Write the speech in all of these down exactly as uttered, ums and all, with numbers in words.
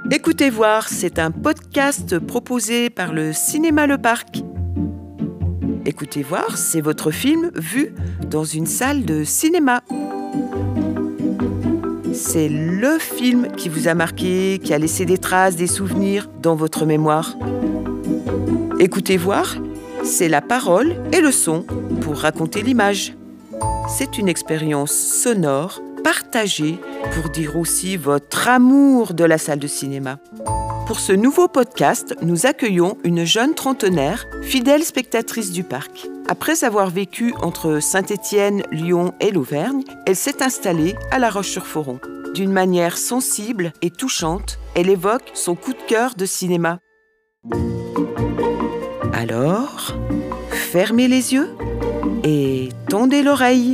Écoutez voir, c'est un podcast proposé par le Cinéma Le Parc. Écoutez voir, c'est votre film vu dans une salle de cinéma. C'est le film qui vous a marqué, qui a laissé des traces, des souvenirs dans votre mémoire. Écoutez voir, c'est la parole et le son pour raconter l'image. C'est une expérience sonore partagée pour dire aussi votre amour de la salle de cinéma. Pour ce nouveau podcast, nous accueillons une jeune trentenaire, fidèle spectatrice du parc. Après avoir vécu entre Saint-Étienne, Lyon et l'Auvergne, elle s'est installée à La Roche-sur-Foron. D'une manière sensible et touchante, elle évoque son coup de cœur de cinéma. Alors, fermez les yeux et tendez l'oreille.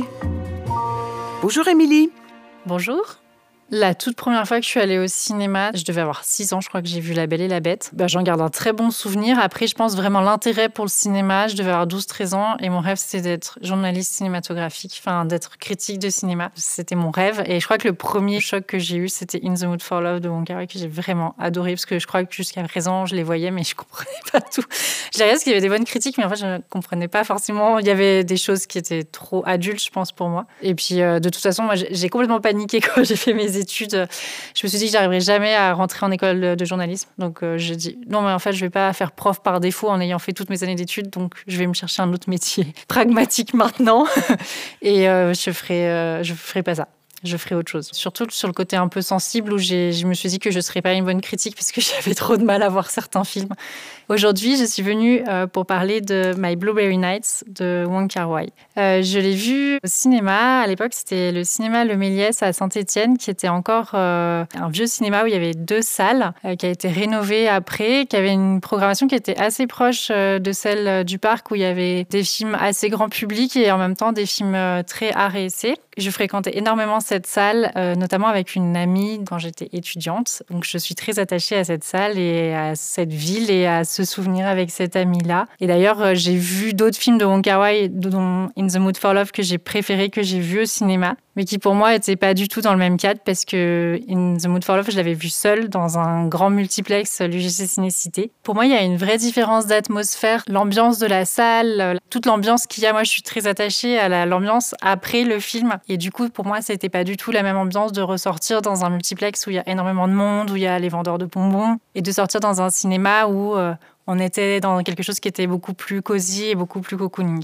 Bonjour Émilie. Bonjour. La toute première fois que je suis allée au cinéma, je devais avoir six ans, je crois que j'ai vu La Belle et la Bête. Ben, j'en garde un très bon souvenir. Après, je pense vraiment l'intérêt pour le cinéma, je devais avoir douze treize ans et mon rêve, c'était d'être journaliste cinématographique, enfin d'être critique de cinéma. C'était mon rêve et je crois que le premier choc que j'ai eu, c'était In the Mood for Love de Wong Kar-wai, que j'ai vraiment adoré parce que je crois que jusqu'à présent, je les voyais mais je comprenais pas tout. Je dirais parce qu'il y avait des bonnes critiques, mais en fait, je ne comprenais pas forcément. Il y avait des choses qui étaient trop adultes, je pense, pour moi. Et puis, euh, de toute façon, moi, j'ai complètement paniqué quand j'ai fait mes études. Je me suis dit que j'arriverais jamais à rentrer en école de journalisme. Donc, euh, j'ai dit non, mais en fait, je vais pas faire prof par défaut en ayant fait toutes mes années d'études. Donc, je vais me chercher un autre métier pragmatique maintenant. Et euh, je ferai, euh, je ferai pas ça. Je ferai autre chose. Surtout sur le côté un peu sensible où j'ai, je me suis dit que je ne serais pas une bonne critique parce que j'avais trop de mal à voir certains films. Aujourd'hui, je suis venue euh, pour parler de My Blueberry Nights de Wong Kar-wai. Euh, je l'ai vu au cinéma. À l'époque, c'était le cinéma Le Méliès à Saint-Étienne qui était encore euh, un vieux cinéma où il y avait deux salles euh, qui a été rénové après, qui avait une programmation qui était assez proche euh, de celle du parc où il y avait des films assez grand public et en même temps des films euh, très art et essai. Je fréquentais énormément cette salle, euh, notamment avec une amie quand j'étais étudiante. Donc, je suis très attachée à cette salle et à cette ville et à ce souvenir avec cette amie-là. Et d'ailleurs, euh, j'ai vu d'autres films de Wong Kar-wai, dont In the Mood for Love, que j'ai préféré, que j'ai vu au cinéma, mais qui pour moi n'étaient pas du tout dans le même cadre parce que In the Mood for Love, je l'avais vu seule dans un grand multiplex, l'U G C Ciné-Cité. Pour moi, il y a une vraie différence d'atmosphère, l'ambiance de la salle, toute l'ambiance qu'il y a. Moi, je suis très attachée à la, l'ambiance après le film. Et du coup, pour moi, c'était pas du tout la même ambiance de ressortir dans un multiplex où il y a énormément de monde, où il y a les vendeurs de bonbons, et de sortir dans un cinéma où euh, on était dans quelque chose qui était beaucoup plus cosy et beaucoup plus cocooning.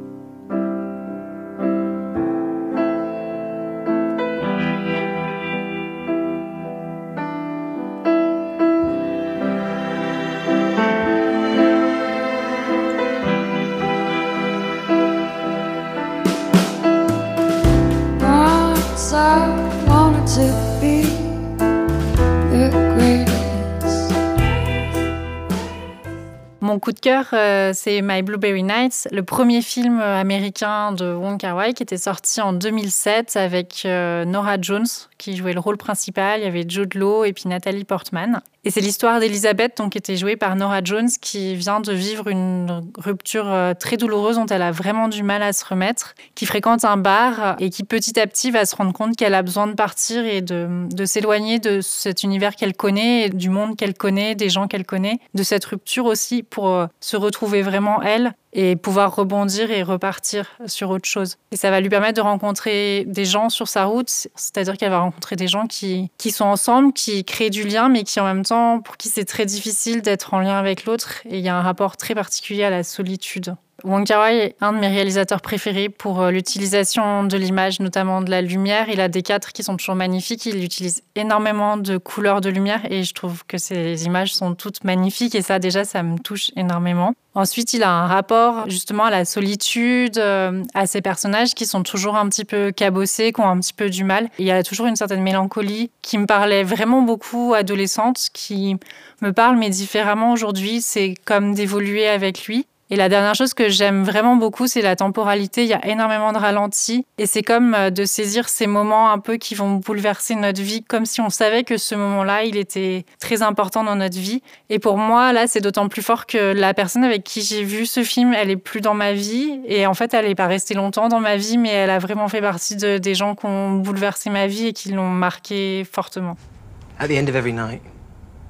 Mon coup de cœur, euh, c'est My Blueberry Nights, le premier film américain de Wong Kar-wai qui était sorti en deux mille sept avec euh, Norah Jones qui jouait le rôle principal. Il y avait Jude Law et puis Natalie Portman. Et c'est l'histoire d'Elizabeth, donc, qui était jouée par Norah Jones, qui vient de vivre une rupture très douloureuse dont elle a vraiment du mal à se remettre, qui fréquente un bar et qui petit à petit va se rendre compte qu'elle a besoin de partir et de, de s'éloigner de cet univers qu'elle connaît, du monde qu'elle connaît, des gens qu'elle connaît, de cette rupture aussi pour se retrouver vraiment elle et pouvoir rebondir et repartir sur autre chose. Et ça va lui permettre de rencontrer des gens sur sa route, c'est-à-dire qu'elle va rencontrer des gens qui, qui sont ensemble, qui créent du lien, mais qui en même temps, pour qui c'est très difficile d'être en lien avec l'autre. Et il y a un rapport très particulier à la solitude. Wong Kar-wai est un de mes réalisateurs préférés pour l'utilisation de l'image, notamment de la lumière. Il a des cadres qui sont toujours magnifiques. Il utilise énormément de couleurs de lumière et je trouve que ces images sont toutes magnifiques et ça, déjà, ça me touche énormément. Ensuite, il a un rapport justement à la solitude, à ces personnages qui sont toujours un petit peu cabossés, qui ont un petit peu du mal. Il y a toujours une certaine mélancolie qui me parlait vraiment beaucoup adolescente, qui me parle mais différemment aujourd'hui. C'est comme d'évoluer avec lui. Et la dernière chose que j'aime vraiment beaucoup, c'est la temporalité. Il y a énormément de ralentis. Et c'est comme de saisir ces moments un peu qui vont bouleverser notre vie, comme si on savait que ce moment-là, il était très important dans notre vie. Et pour moi, là, c'est d'autant plus fort que la personne avec qui j'ai vu ce film, elle est plus dans ma vie. Et en fait, elle n'est pas restée longtemps dans ma vie, mais elle a vraiment fait partie de, des gens qui ont bouleversé ma vie et qui l'ont marqué fortement. At the end of every night,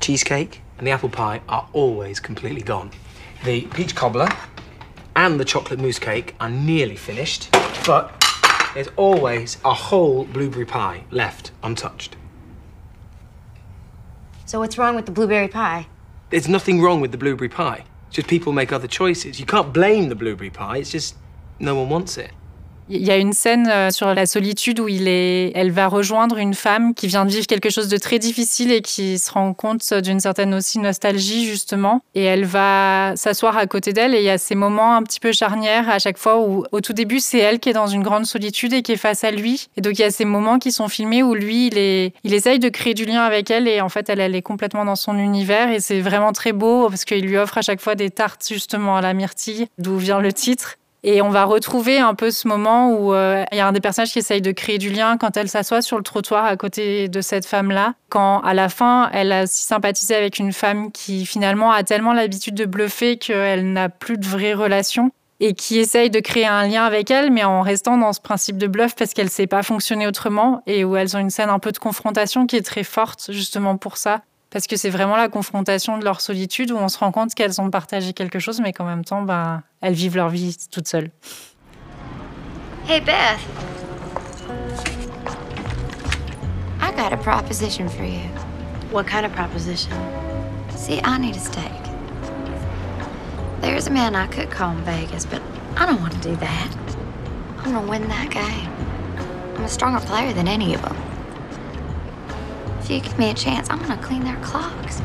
cheesecake and the apple pie are always completely gone. The peach cobbler and the chocolate mousse cake are nearly finished, but there's always a whole blueberry pie left untouched. So what's wrong with the blueberry pie? There's nothing wrong with the blueberry pie. It's just people make other choices. You can't blame the blueberry pie. It's just no one wants it. Il y a une scène sur la solitude où il est, elle va rejoindre une femme qui vient de vivre quelque chose de très difficile et qui se rend compte d'une certaine aussi nostalgie, justement. Et elle va s'asseoir à côté d'elle et il y a ces moments un petit peu charnières à chaque fois où, au tout début, c'est elle qui est dans une grande solitude et qui est face à lui. Et donc, il y a ces moments qui sont filmés où lui, il, est, il essaye de créer du lien avec elle et en fait, elle, elle est complètement dans son univers et c'est vraiment très beau parce qu'il lui offre à chaque fois des tartes, justement, à la myrtille, d'où vient le titre. Et on va retrouver un peu ce moment où euh, il y a un des personnages qui essaye de créer du lien quand elle s'assoit sur le trottoir à côté de cette femme-là. Quand, à la fin, elle a aussi sympathisé avec une femme qui, finalement, a tellement l'habitude de bluffer qu'elle n'a plus de vraie relation et qui essaye de créer un lien avec elle, mais en restant dans ce principe de bluff parce qu'elle ne sait pas fonctionner autrement et où elles ont une scène un peu de confrontation qui est très forte, justement pour ça. Parce que c'est vraiment la confrontation de leur solitude où on se rend compte qu'elles ont partagé quelque chose, mais qu'en même temps, ben, elles vivent leur vie toutes seules. Hey, Beth. I got a proposition for you. What kind of proposition? See, I need a steak. There's a man I could call in Vegas, but I don't want to do that. I'm gonna win that game. I'm a stronger player than any of them. If you give me a chance, I'm gonna clean their clocks.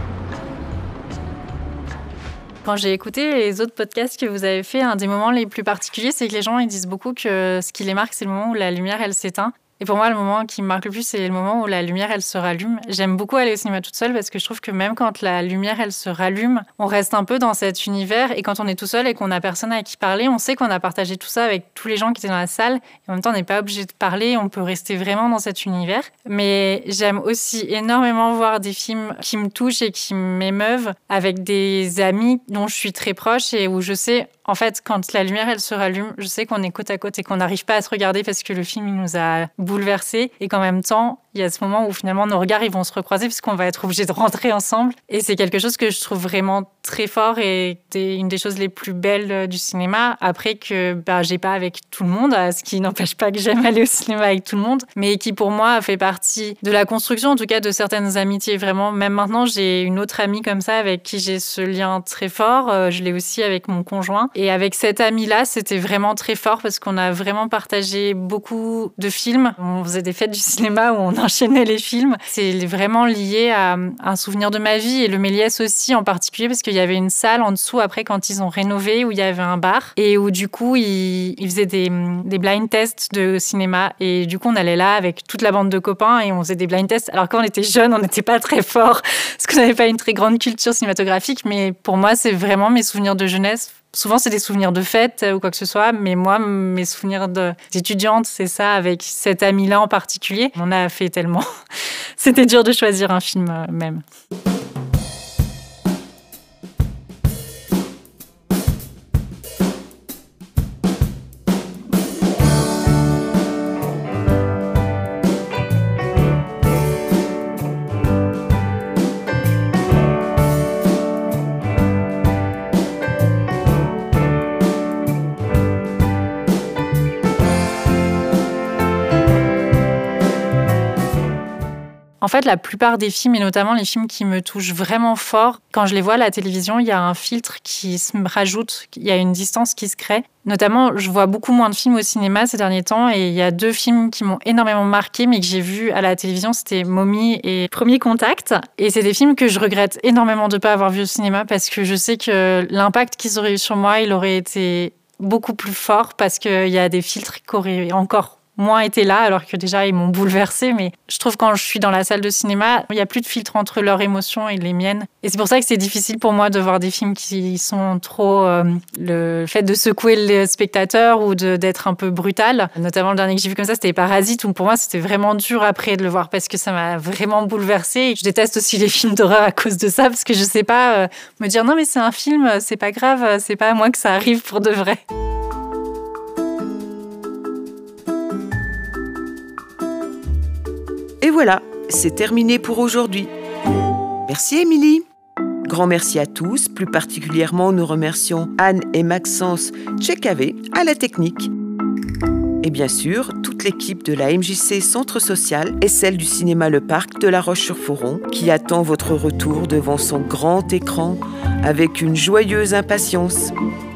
Quand j'ai écouté les autres podcasts que vous avez fait, un des moments les plus particuliers, c'est que les gens ils disent beaucoup que ce qui les marque, c'est le moment où la lumière elle s'éteint. Et pour moi, le moment qui me marque le plus, c'est le moment où la lumière, elle se rallume. J'aime beaucoup aller au cinéma toute seule parce que je trouve que même quand la lumière, elle se rallume, on reste un peu dans cet univers. Et quand on est tout seul et qu'on n'a personne à qui parler, on sait qu'on a partagé tout ça avec tous les gens qui étaient dans la salle. Et en même temps, on n'est pas obligé de parler, on peut rester vraiment dans cet univers. Mais j'aime aussi énormément voir des films qui me touchent et qui m'émeuvent avec des amis dont je suis très proche et où je sais... En fait, quand la lumière, elle se rallume, je sais qu'on est côte à côte et qu'on n'arrive pas à se regarder parce que le film, il nous a bouleversés. Et qu'en même temps, il y a ce moment où finalement, nos regards, ils vont se recroiser parce qu'on va être obligés de rentrer ensemble. Et c'est quelque chose que je trouve vraiment très fort et c'est une des choses les plus belles du cinéma. Après que bah, j'ai pas avec tout le monde, ce qui n'empêche pas que j'aime aller au cinéma avec tout le monde, mais qui pour moi fait partie de la construction, en tout cas de certaines amitiés. Vraiment, même maintenant, j'ai une autre amie comme ça avec qui j'ai ce lien très fort. Je l'ai aussi avec mon conjoint. Et avec cette amie-là, c'était vraiment très fort parce qu'on a vraiment partagé beaucoup de films. On faisait des fêtes du cinéma où on enchaînait les films. C'est vraiment lié à un souvenir de ma vie et le Méliès aussi en particulier parce qu'il y avait une salle en dessous après quand ils ont rénové où il y avait un bar et où du coup ils, ils faisaient des, des blind tests de cinéma et du coup on allait là avec toute la bande de copains et on faisait des blind tests. Alors quand on était jeunes, on n'était pas très forts parce qu'on n'avait pas une très grande culture cinématographique, mais pour moi c'est vraiment mes souvenirs de jeunesse. Souvent, c'est des souvenirs de fête ou quoi que ce soit, mais moi, mes souvenirs d'étudiante, c'est ça, avec cette amie-là en particulier. On a fait tellement... C'était dur de choisir un film même. En fait, la plupart des films, et notamment les films qui me touchent vraiment fort, quand je les vois à la télévision, il y a un filtre qui se rajoute, il y a une distance qui se crée. Notamment, je vois beaucoup moins de films au cinéma ces derniers temps et il y a deux films qui m'ont énormément marqué mais que j'ai vus à la télévision, c'était Mommy et Premier Contact. Et c'est des films que je regrette énormément de ne pas avoir vus au cinéma parce que je sais que l'impact qu'ils auraient eu sur moi, il aurait été beaucoup plus fort parce qu'il y a des filtres qui auraient encore moins été là, alors que déjà, ils m'ont bouleversée. Mais je trouve quand je suis dans la salle de cinéma, il n'y a plus de filtre entre leurs émotions et les miennes. Et c'est pour ça que c'est difficile pour moi de voir des films qui sont trop... Euh, le fait de secouer le spectateur ou de, d'être un peu brutal. Notamment, le dernier que j'ai vu comme ça, c'était Parasite, où pour moi, c'était vraiment dur après de le voir parce que ça m'a vraiment bouleversée. Et je déteste aussi les films d'horreur à cause de ça, parce que je ne sais pas euh, me dire « Non, mais c'est un film, c'est pas grave, c'est pas à moi que ça arrive pour de vrai. » Et voilà, c'est terminé pour aujourd'hui. Merci Émilie. Grand merci à tous, plus particulièrement nous remercions Anne et Maxence Tchekavé à la technique. Et bien sûr, toute l'équipe de la M J C Centre Social et celle du cinéma Le Parc de La Roche-sur-Foron qui attend votre retour devant son grand écran avec une joyeuse impatience.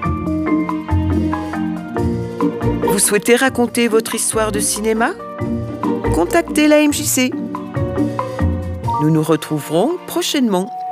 Vous souhaitez raconter votre histoire de cinéma? Contactez la M J C. Nous nous retrouverons prochainement.